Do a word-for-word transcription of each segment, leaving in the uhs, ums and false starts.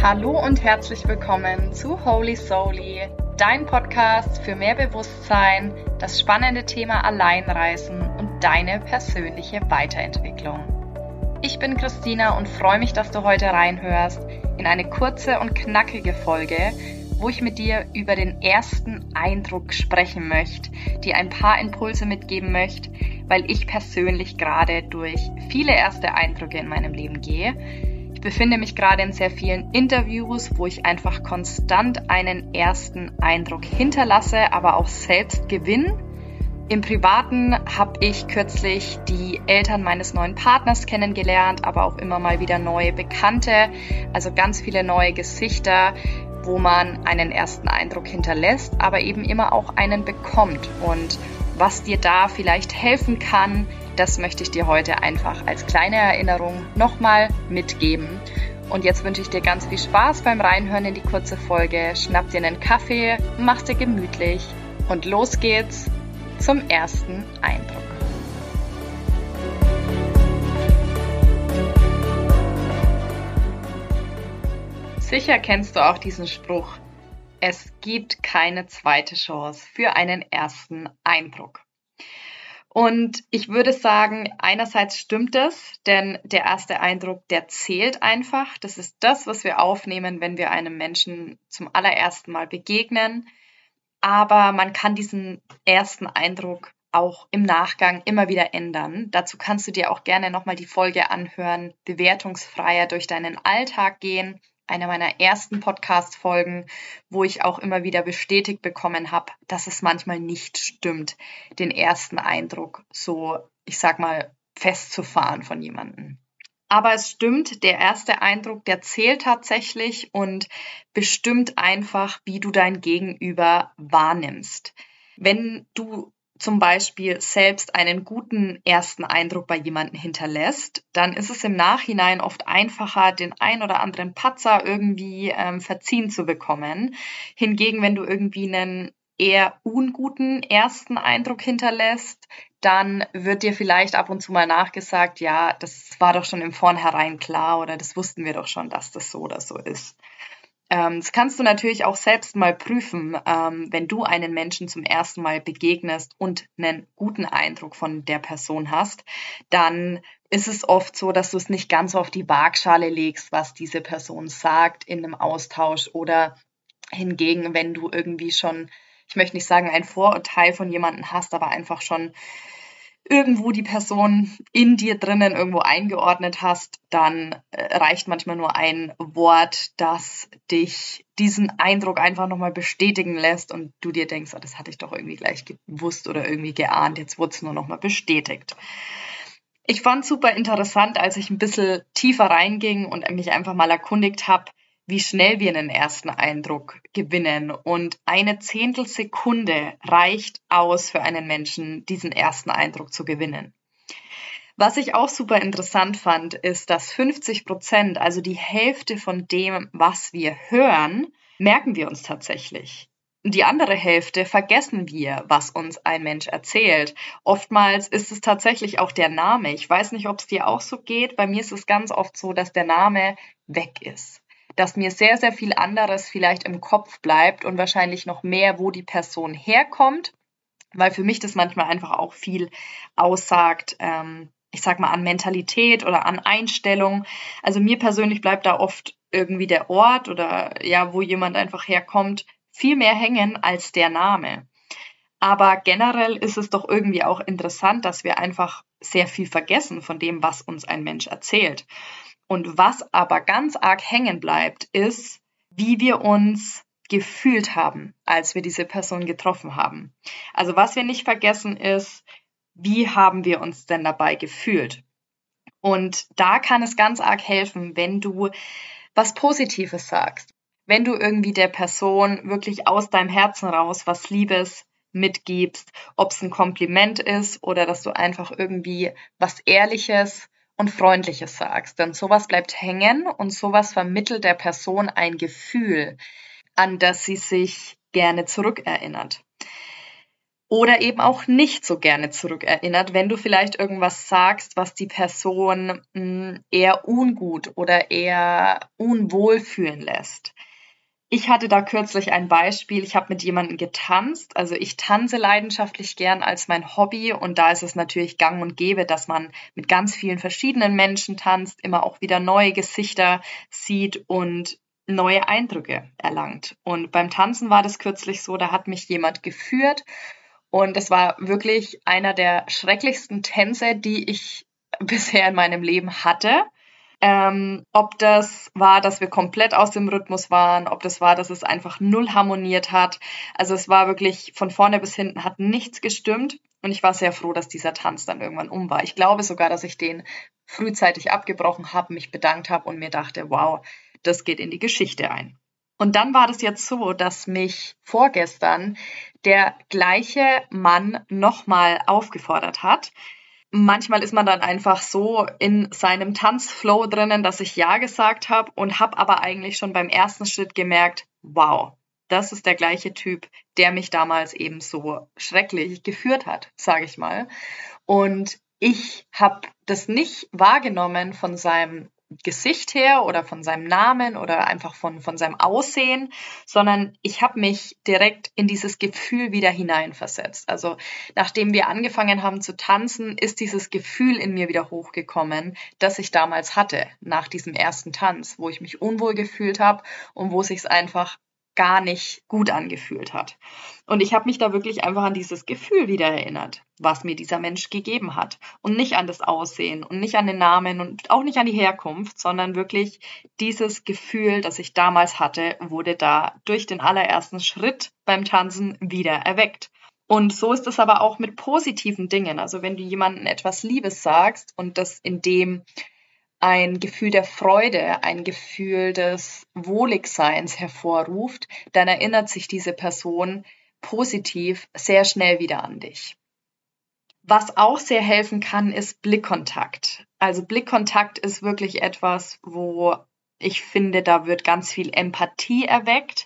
Hallo und herzlich willkommen zu Holy Souly, dein Podcast für mehr Bewusstsein, das spannende Thema Alleinreisen und deine persönliche Weiterentwicklung. Ich bin Christina und freue mich, dass du heute reinhörst in eine kurze und knackige Folge, wo ich mit dir über den ersten Eindruck sprechen möchte, dir ein paar Impulse mitgeben möchte, weil ich persönlich gerade durch viele erste Eindrücke in meinem Leben gehe. Ich befinde mich gerade in sehr vielen Interviews, wo ich einfach konstant einen ersten Eindruck hinterlasse, aber auch selbst gewinne. Im Privaten habe ich kürzlich die Eltern meines neuen Partners kennengelernt, aber auch immer mal wieder neue Bekannte, also ganz viele neue Gesichter, wo man einen ersten Eindruck hinterlässt, aber eben immer auch einen bekommt. Und was dir da vielleicht helfen kann, das möchte ich dir heute einfach als kleine Erinnerung nochmal mitgeben. Und jetzt wünsche ich dir ganz viel Spaß beim Reinhören in die kurze Folge. Schnapp dir einen Kaffee, mach's dir gemütlich und los geht's zum ersten Eindruck. Sicher kennst du auch diesen Spruch: Es gibt keine zweite Chance für einen ersten Eindruck. Und ich würde sagen, einerseits stimmt es, denn der erste Eindruck, der zählt einfach. Das ist das, was wir aufnehmen, wenn wir einem Menschen zum allerersten Mal begegnen. Aber man kann diesen ersten Eindruck auch im Nachgang immer wieder ändern. Dazu kannst du dir auch gerne nochmal die Folge anhören, bewertungsfreier durch deinen Alltag gehen. Eine meiner ersten Podcast-Folgen, wo ich auch immer wieder bestätigt bekommen habe, dass es manchmal nicht stimmt, den ersten Eindruck so, ich sag mal, festzufahren von jemandem. Aber es stimmt, der erste Eindruck, der zählt tatsächlich und bestimmt einfach, wie du dein Gegenüber wahrnimmst. Wenn du zum Beispiel selbst einen guten ersten Eindruck bei jemandem hinterlässt, dann ist es im Nachhinein oft einfacher, den ein oder anderen Patzer irgendwie ähm, verziehen zu bekommen. Hingegen, wenn du irgendwie einen eher unguten ersten Eindruck hinterlässt, dann wird dir vielleicht ab und zu mal nachgesagt, ja, das war doch schon im Vornherein klar oder das wussten wir doch schon, dass das so oder so ist. Das kannst du natürlich auch selbst mal prüfen, wenn du einen Menschen zum ersten Mal begegnest und einen guten Eindruck von der Person hast, dann ist es oft so, dass du es nicht ganz auf die Waagschale legst, was diese Person sagt in einem Austausch, oder hingegen, wenn du irgendwie schon, ich möchte nicht sagen, ein Vorurteil von jemandem hast, aber einfach schon irgendwo die Person in dir drinnen irgendwo eingeordnet hast, dann reicht manchmal nur ein Wort, das dich diesen Eindruck einfach nochmal bestätigen lässt und du dir denkst, oh, das hatte ich doch irgendwie gleich gewusst oder irgendwie geahnt, jetzt wurde es nur nochmal bestätigt. Ich fand es super interessant, als ich ein bisschen tiefer reinging und mich einfach mal erkundigt habe, wie schnell wir einen ersten Eindruck gewinnen. Und eine Zehntelsekunde reicht aus für einen Menschen, diesen ersten Eindruck zu gewinnen. Was ich auch super interessant fand, ist, dass fünfzig Prozent, also die Hälfte von dem, was wir hören, merken wir uns tatsächlich. Die andere Hälfte vergessen wir, was uns ein Mensch erzählt. Oftmals ist es tatsächlich auch der Name. Ich weiß nicht, ob es dir auch so geht. Bei mir ist es ganz oft so, dass der Name weg ist. Dass mir sehr, sehr viel anderes vielleicht im Kopf bleibt und wahrscheinlich noch mehr, wo die Person herkommt, weil für mich das manchmal einfach auch viel aussagt, ähm, ich sag mal, an Mentalität oder an Einstellung. Also mir persönlich bleibt da oft irgendwie der Ort oder ja, wo jemand einfach herkommt, viel mehr hängen als der Name. Aber generell ist es doch irgendwie auch interessant, dass wir einfach sehr viel vergessen von dem, was uns ein Mensch erzählt. Und was aber ganz arg hängen bleibt, ist, wie wir uns gefühlt haben, als wir diese Person getroffen haben. Also was wir nicht vergessen ist, wie haben wir uns denn dabei gefühlt? Und da kann es ganz arg helfen, wenn du was Positives sagst. Wenn du irgendwie der Person wirklich aus deinem Herzen raus was Liebes mitgibst, ob es ein Kompliment ist oder dass du einfach irgendwie was Ehrliches und Freundliches sagst. Denn sowas bleibt hängen und sowas vermittelt der Person ein Gefühl, an das sie sich gerne zurückerinnert. oder eben auch nicht so gerne zurückerinnert, wenn du vielleicht irgendwas sagst, was die Person mh, eher ungut oder eher unwohl fühlen lässt. Ich hatte da kürzlich ein Beispiel. Ich habe mit jemandem getanzt. Also ich tanze leidenschaftlich gern als mein Hobby und da ist es natürlich gang und gäbe, dass man mit ganz vielen verschiedenen Menschen tanzt, immer auch wieder neue Gesichter sieht und neue Eindrücke erlangt. Und beim Tanzen war das kürzlich so, da hat mich jemand geführt und es war wirklich einer der schrecklichsten Tänze, die ich bisher in meinem Leben hatte. Ähm, ob das war, dass wir komplett aus dem Rhythmus waren, ob das war, dass es einfach null harmoniert hat. Also es war wirklich von vorne bis hinten hat nichts gestimmt und ich war sehr froh, dass dieser Tanz dann irgendwann um war. Ich glaube sogar, dass ich den frühzeitig abgebrochen habe, mich bedankt habe und mir dachte, wow, das geht in die Geschichte ein. Und dann war das jetzt so, dass mich vorgestern der gleiche Mann nochmal aufgefordert hat. Manchmal ist man dann einfach so in seinem Tanzflow drinnen, dass ich ja gesagt habe und habe aber eigentlich schon beim ersten Schritt gemerkt, wow, das ist der gleiche Typ, der mich damals eben so schrecklich geführt hat, sage ich mal. Und ich habe das nicht wahrgenommen von seinem Gesicht her oder von seinem Namen oder einfach von, von seinem Aussehen, sondern ich habe mich direkt in dieses Gefühl wieder hineinversetzt. Also nachdem wir angefangen haben zu tanzen, ist dieses Gefühl in mir wieder hochgekommen, das ich damals hatte nach diesem ersten Tanz, wo ich mich unwohl gefühlt habe und wo es sich einfach gar nicht gut angefühlt hat. Und ich habe mich da wirklich einfach an dieses Gefühl wieder erinnert, was mir dieser Mensch gegeben hat. Und nicht an das Aussehen und nicht an den Namen und auch nicht an die Herkunft, sondern wirklich dieses Gefühl, das ich damals hatte, wurde da durch den allerersten Schritt beim Tanzen wieder erweckt. Und so ist es aber auch mit positiven Dingen. Also wenn du jemandem etwas Liebes sagst und das in dem ein Gefühl der Freude, ein Gefühl des Wohligseins hervorruft, dann erinnert sich diese Person positiv sehr schnell wieder an dich. Was auch sehr helfen kann, ist Blickkontakt. Also Blickkontakt ist wirklich etwas, wo ich finde, da wird ganz viel Empathie erweckt.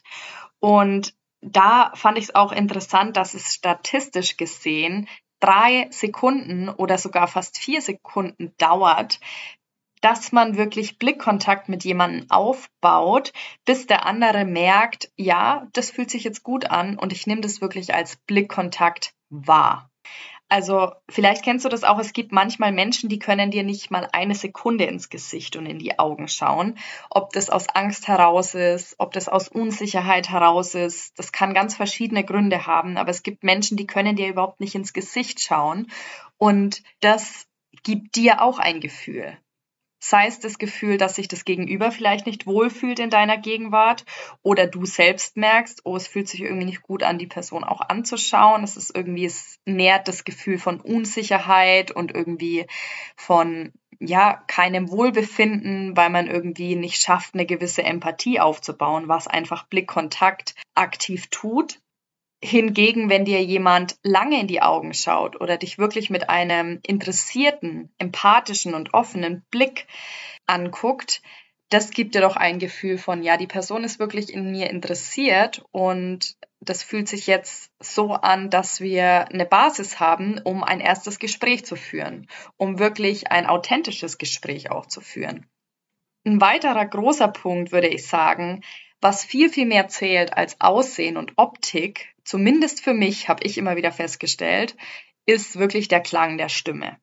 Und da fand ich es auch interessant, dass es statistisch gesehen drei Sekunden oder sogar fast vier Sekunden dauert, dass man wirklich Blickkontakt mit jemandem aufbaut, bis der andere merkt, ja, das fühlt sich jetzt gut an und ich nehme das wirklich als Blickkontakt wahr. Also vielleicht kennst du das auch, es gibt manchmal Menschen, die können dir nicht mal eine Sekunde ins Gesicht und in die Augen schauen. Ob das aus Angst heraus ist, ob das aus Unsicherheit heraus ist, das kann ganz verschiedene Gründe haben, aber es gibt Menschen, die können dir überhaupt nicht ins Gesicht schauen und das gibt dir auch ein Gefühl. Sei es das Gefühl, dass sich das Gegenüber vielleicht nicht wohlfühlt in deiner Gegenwart oder du selbst merkst, oh, es fühlt sich irgendwie nicht gut an, die Person auch anzuschauen. Es ist irgendwie, es nährt das Gefühl von Unsicherheit und irgendwie von, ja, keinem Wohlbefinden, weil man irgendwie nicht schafft, eine gewisse Empathie aufzubauen, was einfach Blickkontakt aktiv tut. Hingegen, wenn dir jemand lange in die Augen schaut oder dich wirklich mit einem interessierten, empathischen und offenen Blick anguckt, das gibt dir doch ein Gefühl von, ja, die Person ist wirklich in mir interessiert und das fühlt sich jetzt so an, dass wir eine Basis haben, um ein erstes Gespräch zu führen, um wirklich ein authentisches Gespräch auch zu führen. Ein weiterer großer Punkt, würde ich sagen, was viel, viel mehr zählt als Aussehen und Optik, zumindest für mich, habe ich immer wieder festgestellt, ist wirklich der Klang der Stimme.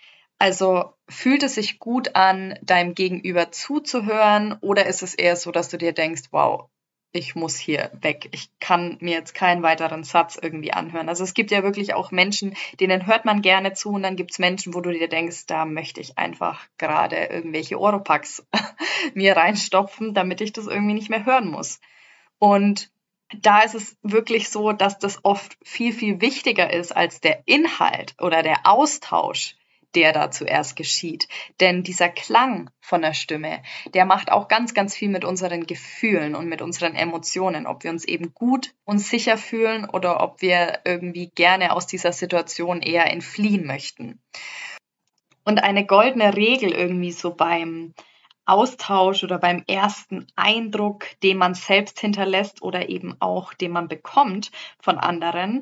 Also fühlt es sich gut an, deinem Gegenüber zuzuhören oder ist es eher so, dass du dir denkst, wow, ich muss hier weg. Ich kann mir jetzt keinen weiteren Satz irgendwie anhören. Also es gibt ja wirklich auch Menschen, denen hört man gerne zu und dann gibt es Menschen, wo du dir denkst, da möchte ich einfach gerade irgendwelche Oropax mir reinstopfen, damit ich das irgendwie nicht mehr hören muss. Und da ist es wirklich so, dass das oft viel, viel wichtiger ist als der Inhalt oder der Austausch, der da zuerst geschieht. Denn dieser Klang von der Stimme, der macht auch ganz, ganz viel mit unseren Gefühlen und mit unseren Emotionen, ob wir uns eben gut und sicher fühlen oder ob wir irgendwie gerne aus dieser Situation eher entfliehen möchten. Und eine goldene Regel irgendwie so beim Austausch oder beim ersten Eindruck, den man selbst hinterlässt oder eben auch den man bekommt von anderen,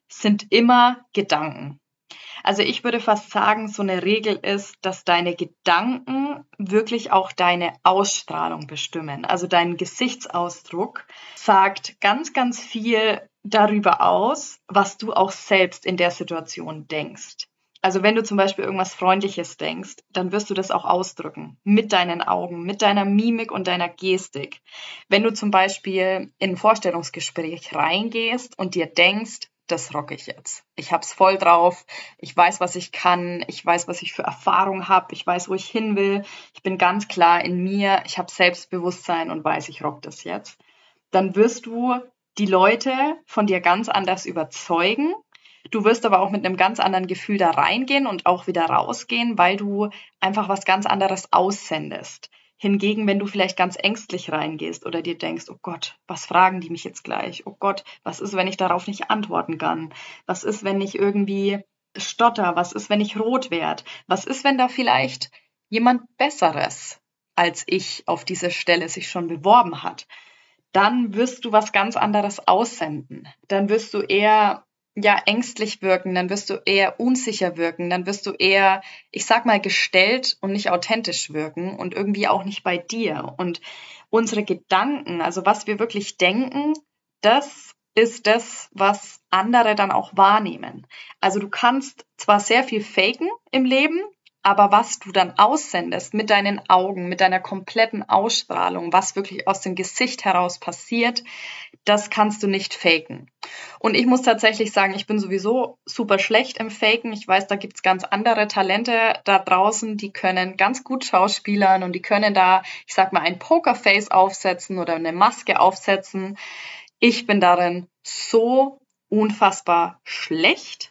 sind immer Gedanken. Also ich würde fast sagen, so eine Regel ist, dass deine Gedanken wirklich auch deine Ausstrahlung bestimmen. Also dein Gesichtsausdruck sagt ganz, ganz viel darüber aus, was du auch selbst in der Situation denkst. Also wenn du zum Beispiel irgendwas Freundliches denkst, dann wirst du das auch ausdrücken. Mit deinen Augen, mit deiner Mimik und deiner Gestik. Wenn du zum Beispiel in ein Vorstellungsgespräch reingehst und dir denkst, das rocke ich jetzt. Ich hab's voll drauf. Ich weiß, was ich kann. Ich weiß, was ich für Erfahrung habe. Ich weiß, wo ich hin will. Ich bin ganz klar in mir. Ich habe Selbstbewusstsein und weiß, ich rock das jetzt. Dann wirst du die Leute von dir ganz anders überzeugen. Du wirst aber auch mit einem ganz anderen Gefühl da reingehen und auch wieder rausgehen, weil du einfach was ganz anderes aussendest. Hingegen, wenn du vielleicht ganz ängstlich reingehst oder dir denkst, oh Gott, was fragen die mich jetzt gleich? Oh Gott, was ist, wenn ich darauf nicht antworten kann? Was ist, wenn ich irgendwie stotter? Was ist, wenn ich rot werde? Was ist, wenn da vielleicht jemand Besseres als ich auf diese Stelle sich schon beworben hat? Dann wirst du was ganz anderes aussenden. Dann wirst du eher ja ängstlich wirken, dann wirst du eher unsicher wirken, dann wirst du eher, ich sag mal, gestellt und nicht authentisch wirken und irgendwie auch nicht bei dir. Und unsere Gedanken, also was wir wirklich denken, das ist das, was andere dann auch wahrnehmen. Also du kannst zwar sehr viel faken im Leben, aber was du dann aussendest mit deinen Augen, mit deiner kompletten Ausstrahlung, was wirklich aus dem Gesicht heraus passiert, das kannst du nicht faken. Und ich muss tatsächlich sagen, ich bin sowieso super schlecht im Faken. Ich weiß, da gibt's ganz andere Talente da draußen, die können ganz gut schauspielern und die können da, ich sag mal, ein Pokerface aufsetzen oder eine Maske aufsetzen. Ich bin darin so unfassbar schlecht.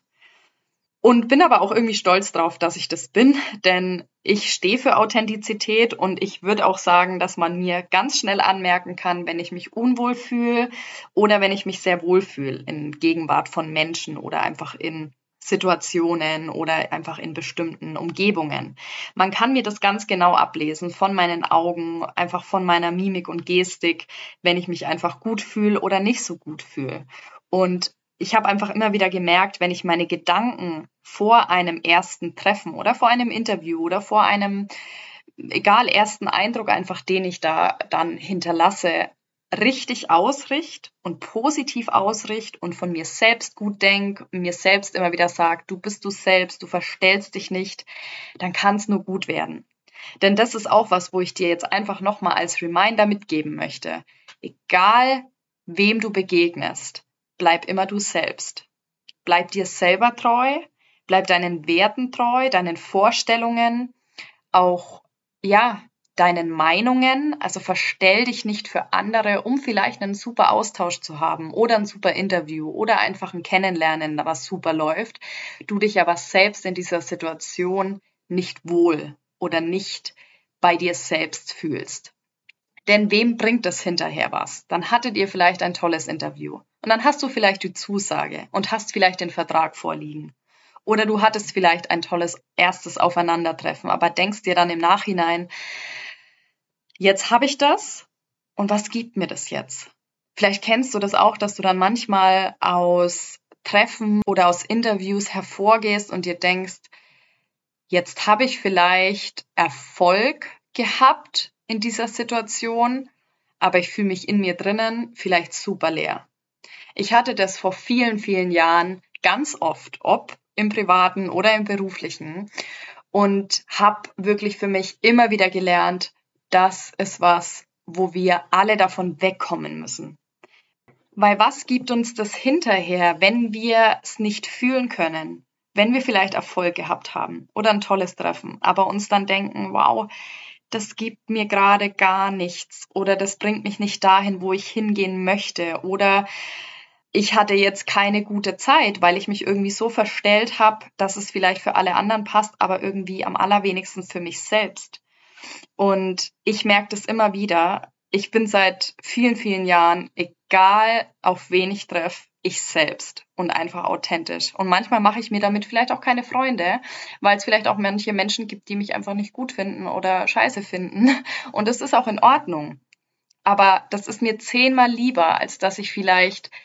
Und bin aber auch irgendwie stolz drauf, dass ich das bin, denn ich stehe für Authentizität und ich würde auch sagen, dass man mir ganz schnell anmerken kann, wenn ich mich unwohl fühle oder wenn ich mich sehr wohl fühle in Gegenwart von Menschen oder einfach in Situationen oder einfach in bestimmten Umgebungen. Man kann mir das ganz genau ablesen von meinen Augen, einfach von meiner Mimik und Gestik, wenn ich mich einfach gut fühle oder nicht so gut fühle. Und ich habe einfach immer wieder gemerkt, wenn ich meine Gedanken vor einem ersten Treffen oder vor einem Interview oder vor einem, egal, ersten Eindruck einfach, den ich da dann hinterlasse, richtig ausricht und positiv ausricht und von mir selbst gut denk, mir selbst immer wieder sagt, du bist du selbst, du verstellst dich nicht, dann kann es nur gut werden. Denn das ist auch was, wo ich dir jetzt einfach nochmal als Reminder mitgeben möchte. Egal, wem du begegnest, bleib immer du selbst. Bleib dir selber treu, bleib deinen Werten treu, deinen Vorstellungen, auch, ja, deinen Meinungen. Also verstell dich nicht für andere, um vielleicht einen super Austausch zu haben oder ein super Interview oder einfach ein Kennenlernen, was super läuft. Du dich aber selbst in dieser Situation nicht wohl oder nicht bei dir selbst fühlst. Denn wem bringt das hinterher was? Dann hattet ihr vielleicht ein tolles Interview und dann hast du vielleicht die Zusage und hast vielleicht den Vertrag vorliegen. Oder du hattest vielleicht ein tolles erstes Aufeinandertreffen, aber denkst dir dann im Nachhinein, jetzt habe ich das und was gibt mir das jetzt? Vielleicht kennst du das auch, dass du dann manchmal aus Treffen oder aus Interviews hervorgehst und dir denkst, jetzt habe ich vielleicht Erfolg gehabt in dieser Situation, aber ich fühle mich in mir drinnen vielleicht super leer. Ich hatte das vor vielen, vielen Jahren ganz oft, ob im Privaten oder im Beruflichen, und habe wirklich für mich immer wieder gelernt, das ist was, wo wir alle davon wegkommen müssen. Weil was gibt uns das hinterher, wenn wir es nicht fühlen können? Wenn wir vielleicht Erfolg gehabt haben oder ein tolles Treffen, aber uns dann denken, wow, das gibt mir gerade gar nichts oder das bringt mich nicht dahin, wo ich hingehen möchte oder ich hatte jetzt keine gute Zeit, weil ich mich irgendwie so verstellt habe, dass es vielleicht für alle anderen passt, aber irgendwie am allerwenigsten für mich selbst. Und ich merke das immer wieder. Ich bin seit vielen, vielen Jahren, egal auf wen ich treffe, ich selbst und einfach authentisch. Und manchmal mache ich mir damit vielleicht auch keine Freunde, weil es vielleicht auch manche Menschen gibt, die mich einfach nicht gut finden oder scheiße finden. Und das ist auch in Ordnung. Aber das ist mir zehnmal lieber, als dass ich vielleicht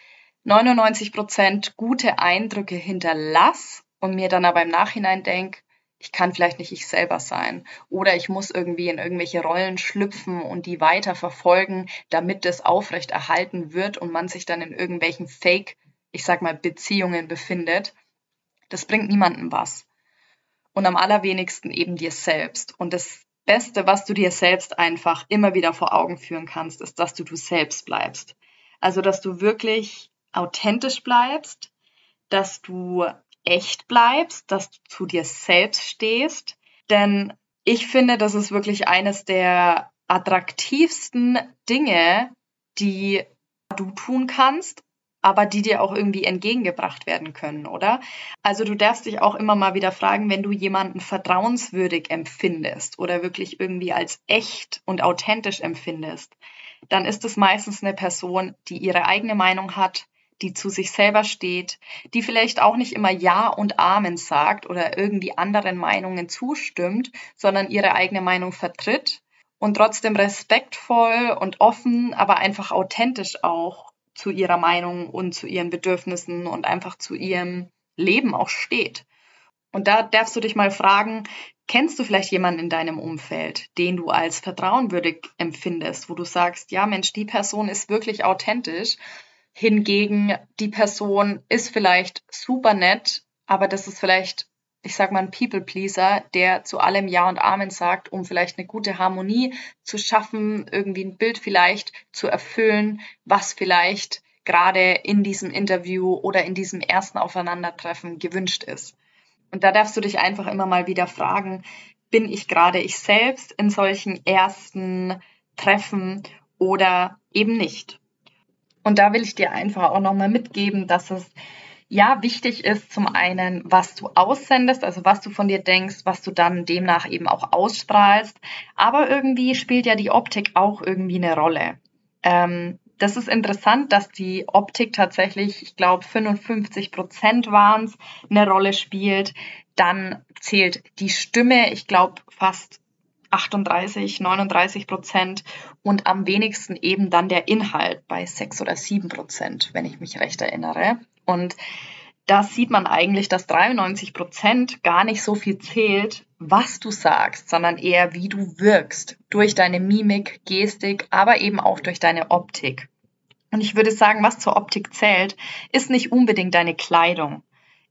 neunundneunzig Prozent gute Eindrücke hinterlasse und mir dann aber im Nachhinein denke, ich kann vielleicht nicht ich selber sein oder ich muss irgendwie in irgendwelche Rollen schlüpfen und die weiter verfolgen, damit das aufrechterhalten wird und man sich dann in irgendwelchen Fake, ich sag mal, Beziehungen befindet. Das bringt niemandem was. Und am allerwenigsten eben dir selbst. Und das Beste, was du dir selbst einfach immer wieder vor Augen führen kannst, ist, dass du du selbst bleibst. Also, dass du wirklich authentisch bleibst, dass du echt bleibst, dass du zu dir selbst stehst. Denn ich finde, das ist wirklich eines der attraktivsten Dinge, die du tun kannst, aber die dir auch irgendwie entgegengebracht werden können, oder? Also du darfst dich auch immer mal wieder fragen, wenn du jemanden vertrauenswürdig empfindest oder wirklich irgendwie als echt und authentisch empfindest, dann ist es meistens eine Person, die ihre eigene Meinung hat, die zu sich selber steht, die vielleicht auch nicht immer Ja und Amen sagt oder irgendwie anderen Meinungen zustimmt, sondern ihre eigene Meinung vertritt und trotzdem respektvoll und offen, aber einfach authentisch auch zu ihrer Meinung und zu ihren Bedürfnissen und einfach zu ihrem Leben auch steht. Und da darfst du dich mal fragen, kennst du vielleicht jemanden in deinem Umfeld, den du als vertrauenswürdig empfindest, wo du sagst, ja Mensch, die Person ist wirklich authentisch. Hingegen, die Person ist vielleicht super nett, aber das ist vielleicht, ich sag mal, ein People-Pleaser, der zu allem Ja und Amen sagt, um vielleicht eine gute Harmonie zu schaffen, irgendwie ein Bild vielleicht zu erfüllen, was vielleicht gerade in diesem Interview oder in diesem ersten Aufeinandertreffen gewünscht ist. Und da darfst du dich einfach immer mal wieder fragen, bin ich gerade ich selbst in solchen ersten Treffen oder eben nicht? Und da will ich dir einfach auch nochmal mitgeben, dass es ja wichtig ist, zum einen, was du aussendest, also was du von dir denkst, was du dann demnach eben auch ausstrahlst. Aber irgendwie spielt ja die Optik auch irgendwie eine Rolle. Ähm, das ist interessant, dass die Optik tatsächlich, ich glaube, fünfundfünfzig Prozent waren es, eine Rolle spielt. Dann zählt die Stimme, ich glaube, fast achtunddreißig, neununddreißig Prozent und am wenigsten eben dann der Inhalt bei sechs oder sieben Prozent, wenn ich mich recht erinnere. Und da sieht man eigentlich, dass dreiundneunzig Prozent gar nicht so viel zählt, was du sagst, sondern eher wie du wirkst, durch deine Mimik, Gestik, aber eben auch durch deine Optik. Und ich würde sagen, was zur Optik zählt, ist nicht unbedingt deine Kleidung.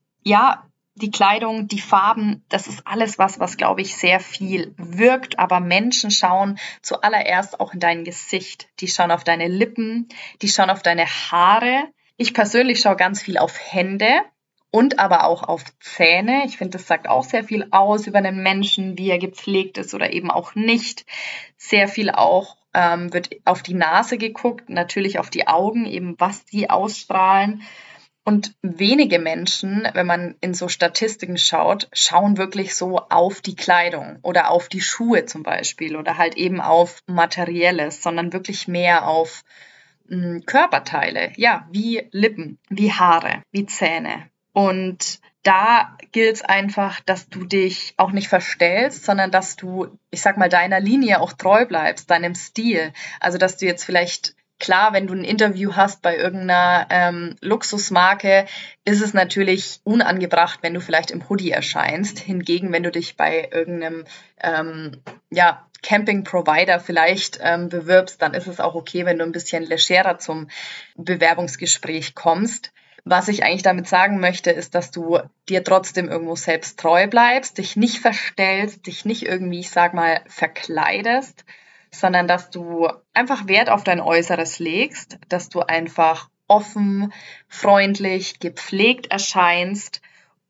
Ja, die Kleidung, die Farben, das ist alles was, was, glaube ich, sehr viel wirkt. Aber Menschen schauen zuallererst auch in dein Gesicht. Die schauen auf deine Lippen, die schauen auf deine Haare. Ich persönlich schaue ganz viel auf Hände und aber auch auf Zähne. Ich finde, das sagt auch sehr viel aus über einen Menschen, wie er gepflegt ist oder eben auch nicht. Sehr viel auch ähm, wird auf die Nase geguckt, natürlich auf die Augen, eben was die ausstrahlen. Und wenige Menschen, wenn man in so Statistiken schaut, schauen wirklich so auf die Kleidung oder auf die Schuhe zum Beispiel oder halt eben auf Materielles, sondern wirklich mehr auf mh, Körperteile, ja, wie Lippen, wie Haare, wie Zähne. Und da gilt es einfach, dass du dich auch nicht verstellst, sondern dass du, ich sag mal, deiner Linie auch treu bleibst, deinem Stil. Also, dass du jetzt vielleicht Klar, wenn du ein Interview hast bei irgendeiner ähm, Luxusmarke, ist es natürlich unangebracht, wenn du vielleicht im Hoodie erscheinst. Hingegen, wenn du dich bei irgendeinem ähm, ja, Camping-Provider vielleicht ähm, bewirbst, dann ist es auch okay, wenn du ein bisschen legerer zum Bewerbungsgespräch kommst. Was ich eigentlich damit sagen möchte, ist, dass du dir trotzdem irgendwo selbst treu bleibst, dich nicht verstellst, dich nicht irgendwie, ich sag mal, verkleidest, sondern dass du einfach Wert auf dein Äußeres legst, dass du einfach offen, freundlich, gepflegt erscheinst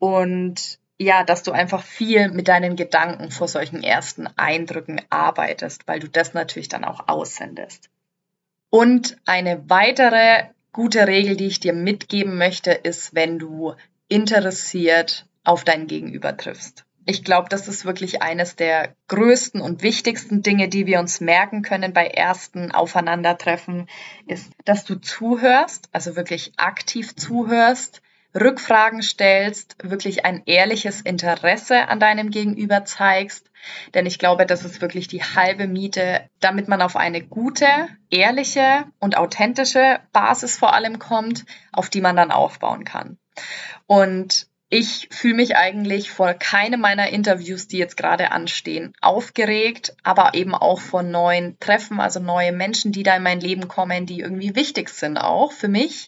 und ja, dass du einfach viel mit deinen Gedanken vor solchen ersten Eindrücken arbeitest, weil du das natürlich dann auch aussendest. Und eine weitere gute Regel, die ich dir mitgeben möchte, ist, wenn du interessiert auf dein Gegenüber triffst. Ich glaube, das ist wirklich eines der größten und wichtigsten Dinge, die wir uns merken können bei ersten Aufeinandertreffen, ist, dass du zuhörst, also wirklich aktiv zuhörst, Rückfragen stellst, wirklich ein ehrliches Interesse an deinem Gegenüber zeigst. Denn ich glaube, das ist wirklich die halbe Miete, damit man auf eine gute, ehrliche und authentische Basis vor allem kommt, auf die man dann aufbauen kann. Und ich fühle mich eigentlich vor keinem meiner Interviews, die jetzt gerade anstehen, aufgeregt, aber eben auch vor neuen Treffen, also neue Menschen, die da in mein Leben kommen, die irgendwie wichtig sind auch für mich.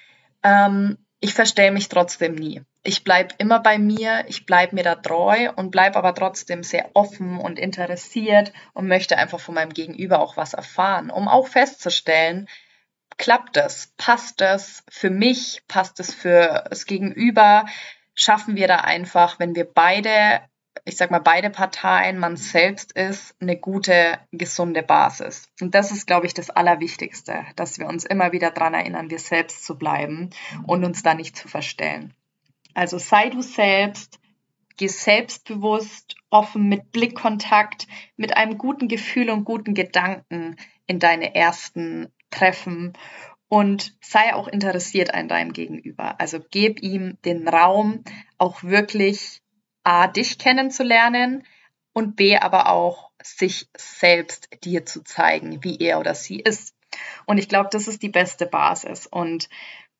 Ähm, ich verstelle mich trotzdem nie. Ich bleibe immer bei mir, ich bleibe mir da treu und bleibe aber trotzdem sehr offen und interessiert und möchte einfach von meinem Gegenüber auch was erfahren, um auch festzustellen, klappt das, passt das für mich, passt es für das Gegenüber, schaffen wir da einfach, wenn wir beide, ich sag mal beide Parteien, man selbst ist, eine gute, gesunde Basis. Und das ist, glaube ich, das Allerwichtigste, dass wir uns immer wieder daran erinnern, wir selbst zu bleiben und uns da nicht zu verstellen. Also sei du selbst, geh selbstbewusst, offen, mit Blickkontakt, mit einem guten Gefühl und guten Gedanken in deine ersten Treffen und sei auch interessiert an deinem Gegenüber. Also gib ihm den Raum, auch wirklich A, dich kennenzulernen und B, aber auch sich selbst dir zu zeigen, wie er oder sie ist. Und ich glaube, das ist die beste Basis. Und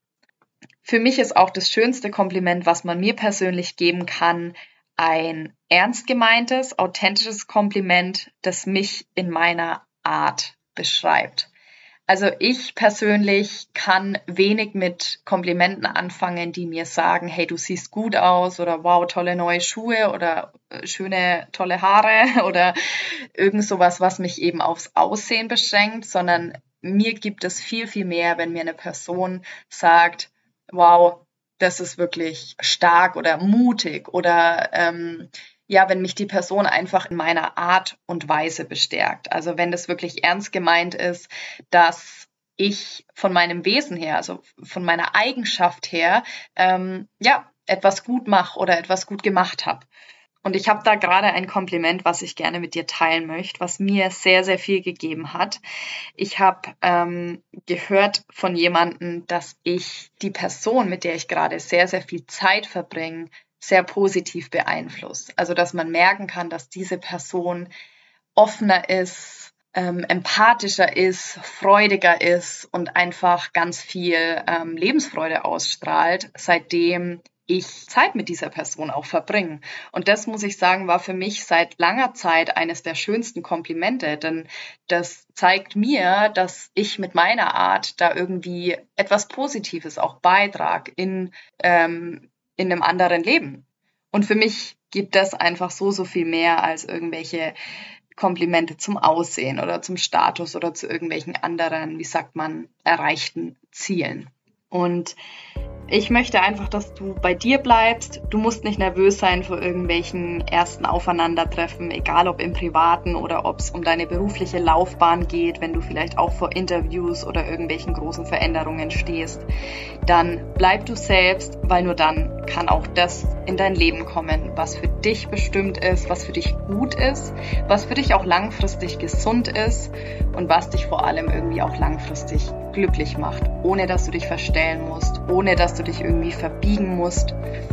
für mich ist auch das schönste Kompliment, was man mir persönlich geben kann, ein ernst gemeintes, authentisches Kompliment, das mich in meiner Art beschreibt. Also ich persönlich kann wenig mit Komplimenten anfangen, die mir sagen, hey, du siehst gut aus oder wow, tolle neue Schuhe oder schöne, tolle Haare oder irgend sowas, was mich eben aufs Aussehen beschränkt, sondern mir gibt es viel, viel mehr, wenn mir eine Person sagt, wow, das ist wirklich stark oder mutig oder ähm, ja, wenn mich die Person einfach in meiner Art und Weise bestärkt. Also wenn das wirklich ernst gemeint ist, dass ich von meinem Wesen her, also von meiner Eigenschaft her, ähm, ja, etwas gut mache oder etwas gut gemacht habe. Und ich habe da gerade ein Kompliment, was ich gerne mit dir teilen möchte, was mir sehr, sehr viel gegeben hat. Ich habe ähm, gehört von jemandem, dass ich die Person, mit der ich gerade sehr, sehr viel Zeit verbringe, sehr positiv beeinflusst. Also, dass man merken kann, dass diese Person offener ist, ähm, empathischer ist, freudiger ist und einfach ganz viel ähm, Lebensfreude ausstrahlt, seitdem ich Zeit mit dieser Person auch verbringe. Und das, muss ich sagen, war für mich seit langer Zeit eines der schönsten Komplimente, denn das zeigt mir, dass ich mit meiner Art da irgendwie etwas Positives auch beitrage in ähm, in einem anderen Leben. Und für mich gibt das einfach so, so viel mehr als irgendwelche Komplimente zum Aussehen oder zum Status oder zu irgendwelchen anderen, wie sagt man, erreichten Zielen. Und ich möchte einfach, dass du bei dir bleibst. Du musst nicht nervös sein vor irgendwelchen ersten Aufeinandertreffen, egal ob im Privaten oder ob es um deine berufliche Laufbahn geht, wenn du vielleicht auch vor Interviews oder irgendwelchen großen Veränderungen stehst. Dann bleib du selbst, weil nur dann kann auch das in dein Leben kommen, was für dich bestimmt ist, was für dich gut ist, was für dich auch langfristig gesund ist und was dich vor allem irgendwie auch langfristig glücklich macht, ohne dass du dich verstellen musst, ohne dass du dich irgendwie verbiegen musst.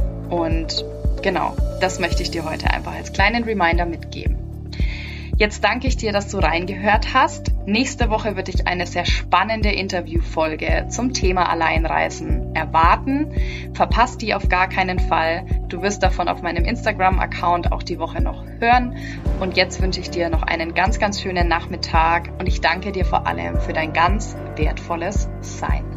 Und genau, das möchte ich dir heute einfach als kleinen Reminder mitgeben. Jetzt danke ich dir, dass du reingehört hast. Nächste Woche wird dich eine sehr spannende Interviewfolge zum Thema Alleinreisen erwarten. Verpasst die auf gar keinen Fall. Du wirst davon auf meinem Instagram-Account auch die Woche noch hören. Und jetzt wünsche ich dir noch einen ganz, ganz schönen Nachmittag und ich danke dir vor allem für dein ganz wertvolles Sein.